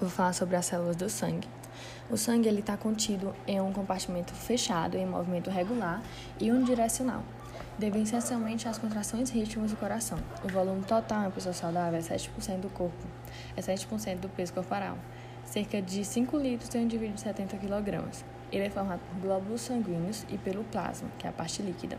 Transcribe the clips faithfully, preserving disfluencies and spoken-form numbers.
vou falar sobre as células do sangue. O sangue está contido em um compartimento fechado, em movimento regular e unidirecional, devido essencialmente às contrações rítmicas do coração. O volume total em uma pessoa saudável é sete por cento do corpo, é sete por cento do peso corporal. Cerca de cinco litros tem um indivíduo de setenta quilogramas. Ele é formado por glóbulos sanguíneos e pelo plasma, que é a parte líquida.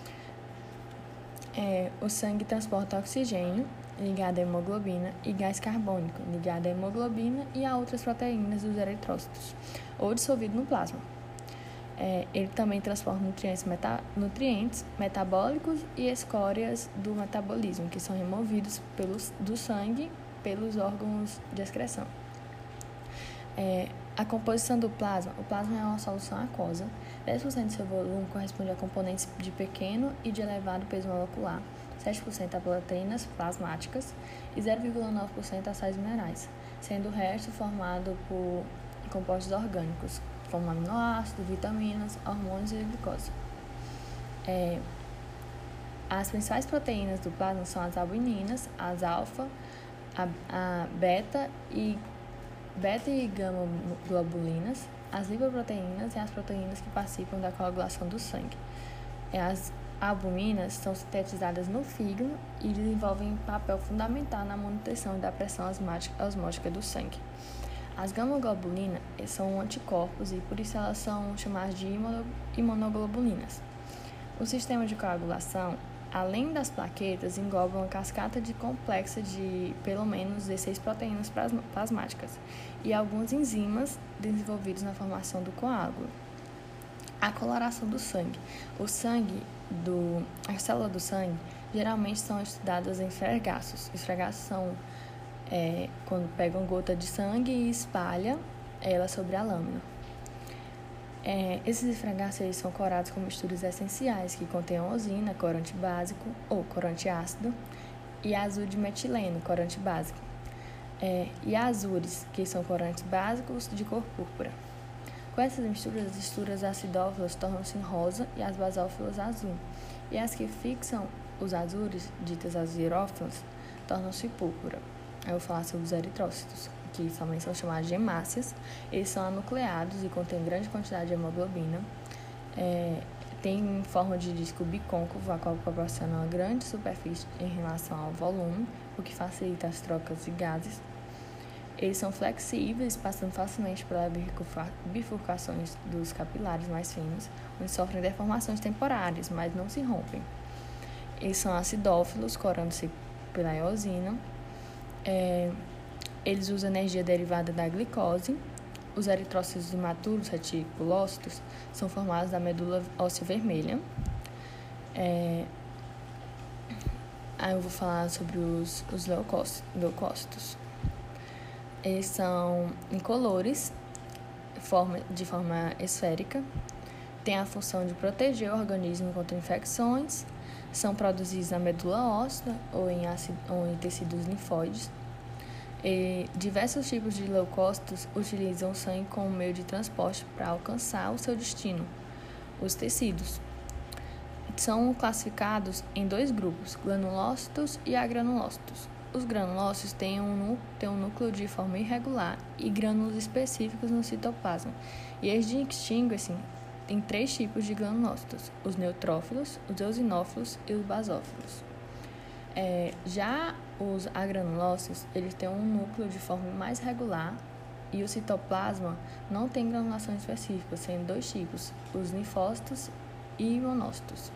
É, o sangue transporta oxigênio, ligado à hemoglobina, e gás carbônico, ligado à hemoglobina e a outras proteínas dos eritrócitos, ou dissolvido no plasma. É, ele também transporta nutrientes, meta, nutrientes metabólicos e escórias do metabolismo, que são removidos pelos, do sangue pelos órgãos de excreção. É, a composição do plasma. O plasma é uma solução aquosa. dez por cento de seu volume corresponde a componentes de pequeno e de elevado peso molecular, sete por cento a proteínas plasmáticas e zero vírgula nove por cento a sais minerais, sendo o resto formado por compostos orgânicos, como aminoácidos, vitaminas, hormônios e glicose. É, as principais proteínas do plasma são as albumininas, as alfa, a, a beta e beta e gama globulinas, as lipoproteínas e as proteínas que participam da coagulação do sangue. As albuminas são sintetizadas no fígado e desenvolvem papel fundamental na manutenção da pressão osmótica do sangue. As gama-globulinas são anticorpos e por isso elas são chamadas de imunoglobulinas. O sistema de coagulação, além das plaquetas, engloba uma cascata de complexa de pelo menos dezesseis proteínas plasmáticas e algumas enzimas desenvolvidas na formação do coágulo. A coloração do sangue. O sangue do, as células do sangue geralmente são estudadas em esfregaços. Esfregaços são é, quando pegam gota de sangue e espalha ela sobre a lâmina. É, esses esfregaços eles são corados com misturas essenciais que contêm osina, corante básico ou corante ácido, e azul de metileno, corante básico, é, e azures, que são corantes básicos de cor púrpura. Com essas misturas, as misturas acidófilas tornam-se rosa e as basófilas azul, e as que fixam os azures, ditas azirófilas, tornam-se púrpura. Eu vou falar sobre os eritrócitos, que também são chamados de hemácias. Eles são anucleados e contêm grande quantidade de hemoglobina. É, tem forma de disco bicôncavo, a qual proporciona uma grande superfície em relação ao volume, o que facilita as trocas de gases. Eles são flexíveis, passando facilmente pelas bifurcações dos capilares mais finos, onde sofrem deformações temporárias, mas não se rompem. Eles são acidófilos, corando-se pela eosina. É, eles usam energia derivada da glicose. Os eritrócitos imaturos reticulócitos são formados da medula óssea vermelha. É, aí eu vou falar sobre os, os leucócitos. Eles são incolores, forma, de forma esférica, têm a função de proteger o organismo contra infecções, são produzidos na medula óssea ou em, ácido, ou em tecidos linfóides. E diversos tipos de leucócitos utilizam o sangue como meio de transporte para alcançar o seu destino, os tecidos. São classificados em dois grupos, granulócitos e agranulócitos. Os granulócitos têm um, têm um núcleo de forma irregular e grânulos específicos no citoplasma, e eles distinguem-se em três tipos de granulócitos: os neutrófilos, os eosinófilos e os basófilos. É, já os agranulócitos, eles têm um núcleo de forma mais regular e o citoplasma não tem granulação específica, sendo dois tipos, os linfócitos e monócitos.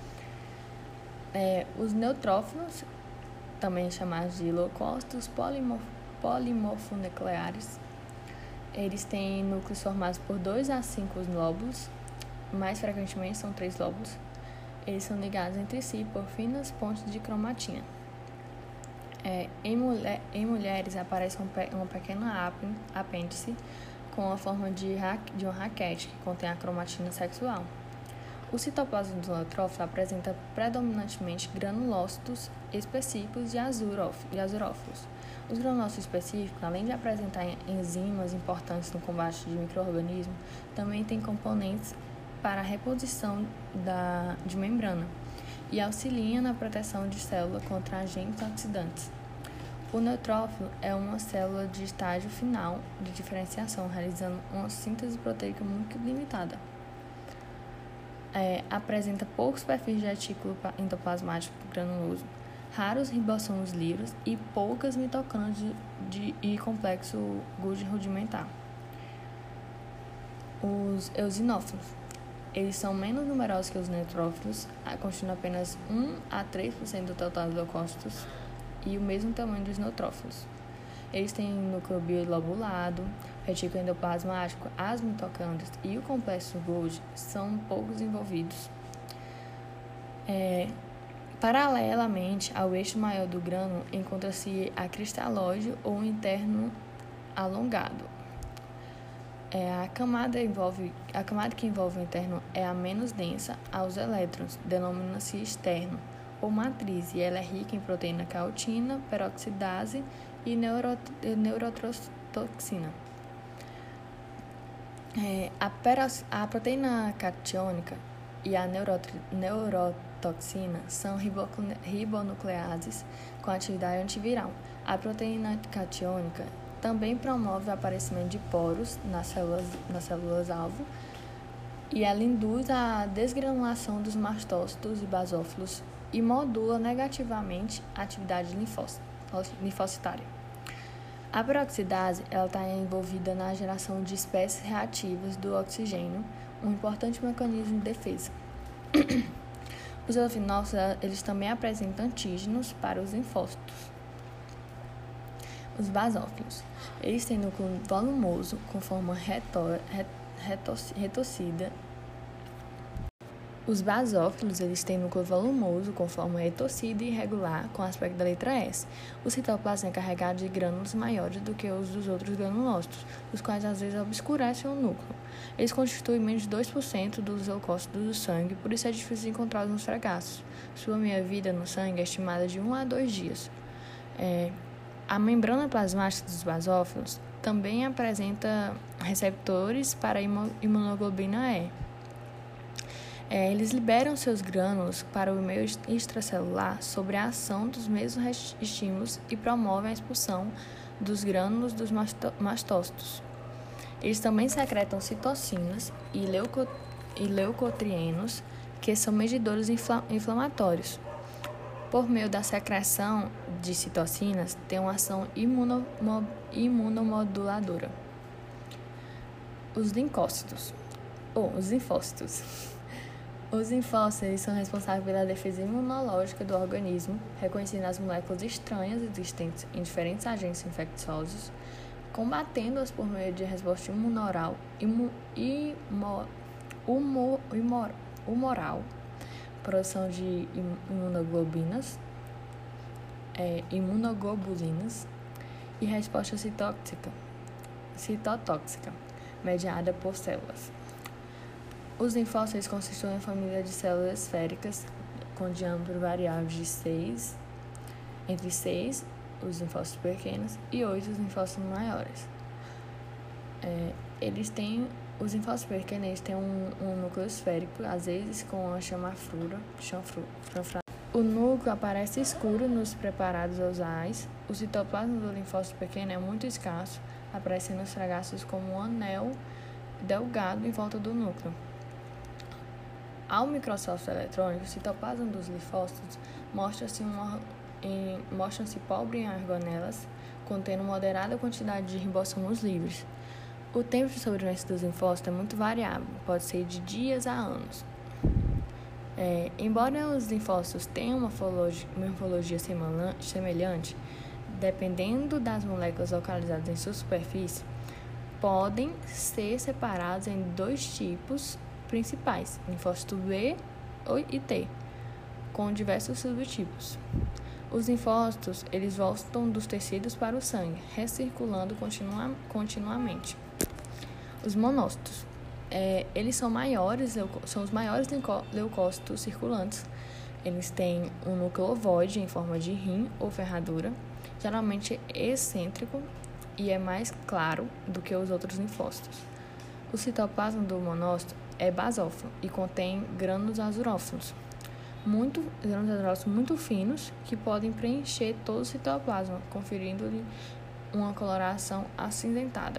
É, os neutrófilos, também chamados de leucócitos polimorfonucleares, eles têm núcleos formados por dois a cinco lóbulos, mais frequentemente são três lóbulos. Eles são ligados entre si por finas pontes de cromatina. É, em, mulher, em mulheres aparece um pe, uma pequena apêndice com a forma de, ra, de uma raquete que contém a cromatina sexual. O citoplasma do neutrófilo apresenta predominantemente granulócitos específicos e azurófilos. Os granulócitos específicos, além de apresentar enzimas importantes no combate de micro-organismos, também têm componentes para a reposição da, de membrana e auxiliam na proteção de célula contra agentes oxidantes. O neutrófilo é uma célula de estágio final de diferenciação, realizando uma síntese proteica muito limitada. É, apresenta poucos perfis de retículo endoplasmático granuloso, raros ribossomos livres e poucas mitocôndrias de, de, e complexo Golgi rudimentar. Os eosinófilos. Eles são menos numerosos que os neutrófilos, constituem apenas um a três por cento do total dos leucócitos e o mesmo tamanho dos neutrófilos. Eles têm núcleo bilobulado, retículo endoplasmático, as mitocôndrias e o complexo Golgi são pouco desenvolvidos. É, paralelamente ao eixo maior do grânulo encontra-se a cristalóide ou interno alongado. É, a, camada envolve, a camada que envolve o interno é a menos densa aos elétrons, denomina-se externo ou matriz, e ela é rica em proteína caotina, peroxidase e neuro, neurotoxina. É, a, peros, a proteína catiônica e a neurotri, neurotoxina são ribonucleases com atividade antiviral. A proteína catiônica também promove o aparecimento de poros nas células, nas células-alvo e ela induz a desgranulação dos mastócitos e basófilos e modula negativamente a atividade linfocitária. A peroxidase está envolvida na geração de espécies reativas do oxigênio, um importante mecanismo de defesa. Os eosinófilos eles também apresentam antígenos para os linfócitos. Os basófilos. Eles têm núcleo volumoso com forma retor, retor, retorcida. Os basófilos eles têm núcleo volumoso com forma retorcida e irregular, com aspecto da letra S. O citoplasma é carregado de grânulos maiores do que os dos outros granulócitos, os quais às vezes obscurecem o núcleo. Eles constituem menos de dois por cento dos leucócitos do sangue, por isso é difícil encontrá-los nos fragaços. Sua meia-vida no sangue é estimada de um a dois dias. É, A membrana plasmática dos basófilos também apresenta receptores para a imunoglobina E. É, eles liberam seus grânulos para o meio extracelular sobre a ação dos mesmos estímulos e promovem a expulsão dos grânulos dos mastócitos. Eles também secretam citocinas e, leuco, e leucotrienos, que são medidores infla, inflamatórios. Por meio da secreção de citocinas, tem uma ação imuno, imunomoduladora. Os linfócitos, ou os linfócitos. Os linfócitos são responsáveis pela defesa imunológica do organismo, reconhecendo as moléculas estranhas existentes em diferentes agentes infecciosos, combatendo-as por meio de resposta imunoral, imu, imo, humo, humor, humoral, produção de imunoglobinas, é, imunoglobulinas e resposta citóxica, citotóxica, mediada por células. Os linfócitos constituem uma família de células esféricas com diâmetro variável de seis, entre seis, os linfócitos pequenos, e oito, os linfócitos maiores. É, eles têm Os linfócitos pequenos têm um, um núcleo esférico, às vezes com a chamafrura, chanfru, chanfra. O núcleo aparece escuro nos preparados osais. O citoplasma do linfócito pequeno é muito escasso, aparecendo nos fragaços como um anel delgado em volta do núcleo. Ao microscópio eletrônico, o citoplasma dos linfócitos mostra-se mostra pobre em organelas, contendo moderada quantidade de ribossomos livres. O tempo de sobrevivência dos linfócitos é muito variável, pode ser de dias a anos. É, embora os linfócitos tenham uma morfologia, uma morfologia semelhante, dependendo das moléculas localizadas em sua superfície, podem ser separados em dois tipos principais, linfócito B e T, com diversos subtipos. Os linfócitos eles voltam dos tecidos para o sangue, recirculando continua, continuamente. Os monócitos, é, eles são maiores, são os maiores leucócitos circulantes. Eles têm um núcleo ovoide em forma de rim ou ferradura, geralmente excêntrico e é mais claro do que os outros linfócitos. O citoplasma do monócito é basófilo e contém grânulos azurófilos. muito, grãos hidrológicos muito finos que podem preencher todo o citoplasma, conferindo-lhe uma coloração acinzentada.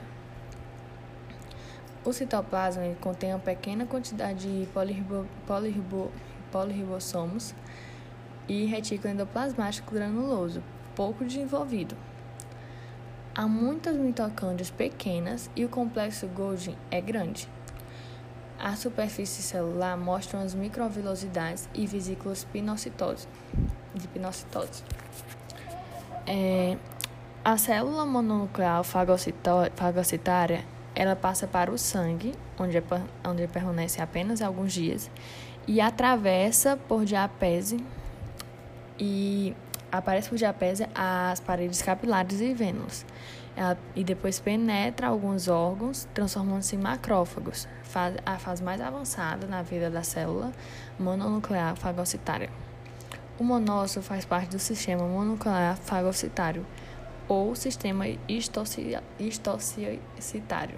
O citoplasma ele contém uma pequena quantidade de polirribo, polirribo, polirribossomos e retículo endoplasmático granuloso, pouco desenvolvido. Há muitas mitocôndrias pequenas e o complexo Golgi é grande. A superfície celular mostra as microvilosidades e vesículas pinocitose, de pinocitose. É, a célula mononuclear fagocitária ela passa para o sangue, onde, é, onde permanece apenas alguns dias, e atravessa por diapese e aparece por diapese as paredes capilares e vênulas. Ela, e depois penetra alguns órgãos, transformando-se em macrófagos, faz, a fase mais avançada na vida da célula mononuclear fagocitária. O monócito faz parte do sistema mononuclear fagocitário, ou sistema histocitário.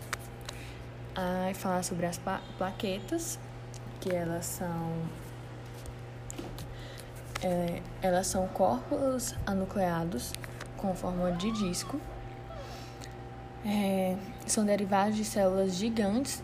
Aí falar sobre as plaquetas, que elas são é, elas são corpos anucleados com forma de disco. É, são derivados de células gigantes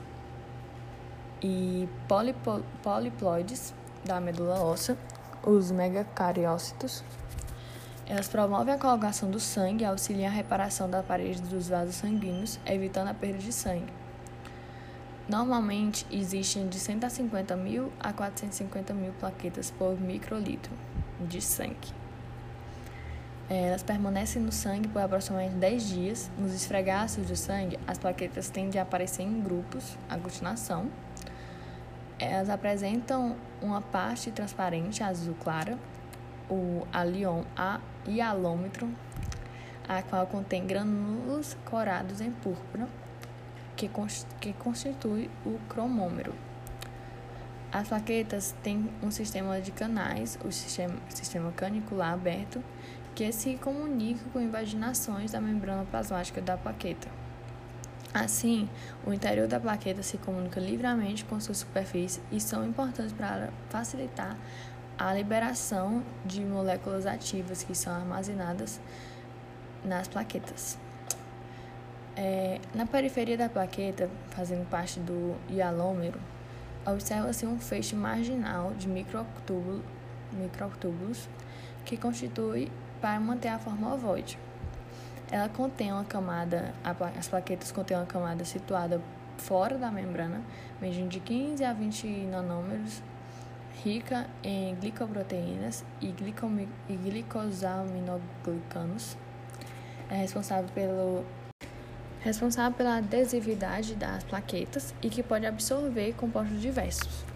e polipo, poliploides da medula óssea, os megacariócitos. Elas promovem a coagulação do sangue e auxiliam a reparação da parede dos vasos sanguíneos, evitando a perda de sangue. Normalmente, existem de cento e cinquenta mil a quatrocentos e cinquenta mil plaquetas por microlitro de sangue. Elas permanecem no sangue por aproximadamente dez dias. Nos esfregaços do sangue, as plaquetas tendem a aparecer em grupos, aglutinação. Elas apresentam uma parte transparente azul clara, o alion, a hialômetro, a qual contém grânulos corados em púrpura, que, que constitui o cromômero. As plaquetas têm um sistema de canais, o sistema, sistema canicular aberto, que se comunica com invaginações da membrana plasmática da plaqueta. Assim, o interior da plaqueta se comunica livremente com sua superfície e são importantes para facilitar a liberação de moléculas ativas que são armazenadas nas plaquetas. É, na periferia da plaqueta, fazendo parte do hialômero, observa-se um feixe marginal de microtúbulos, microtúbulos que constitui para manter a forma ovoide. Ela contém uma camada, as plaquetas contêm uma camada situada fora da membrana, medindo de quinze a vinte nanômetros, rica em glicoproteínas e, glicomi, e glicosaminoglicanos. É responsável pelo responsável pela adesividade das plaquetas e que pode absorver compostos diversos.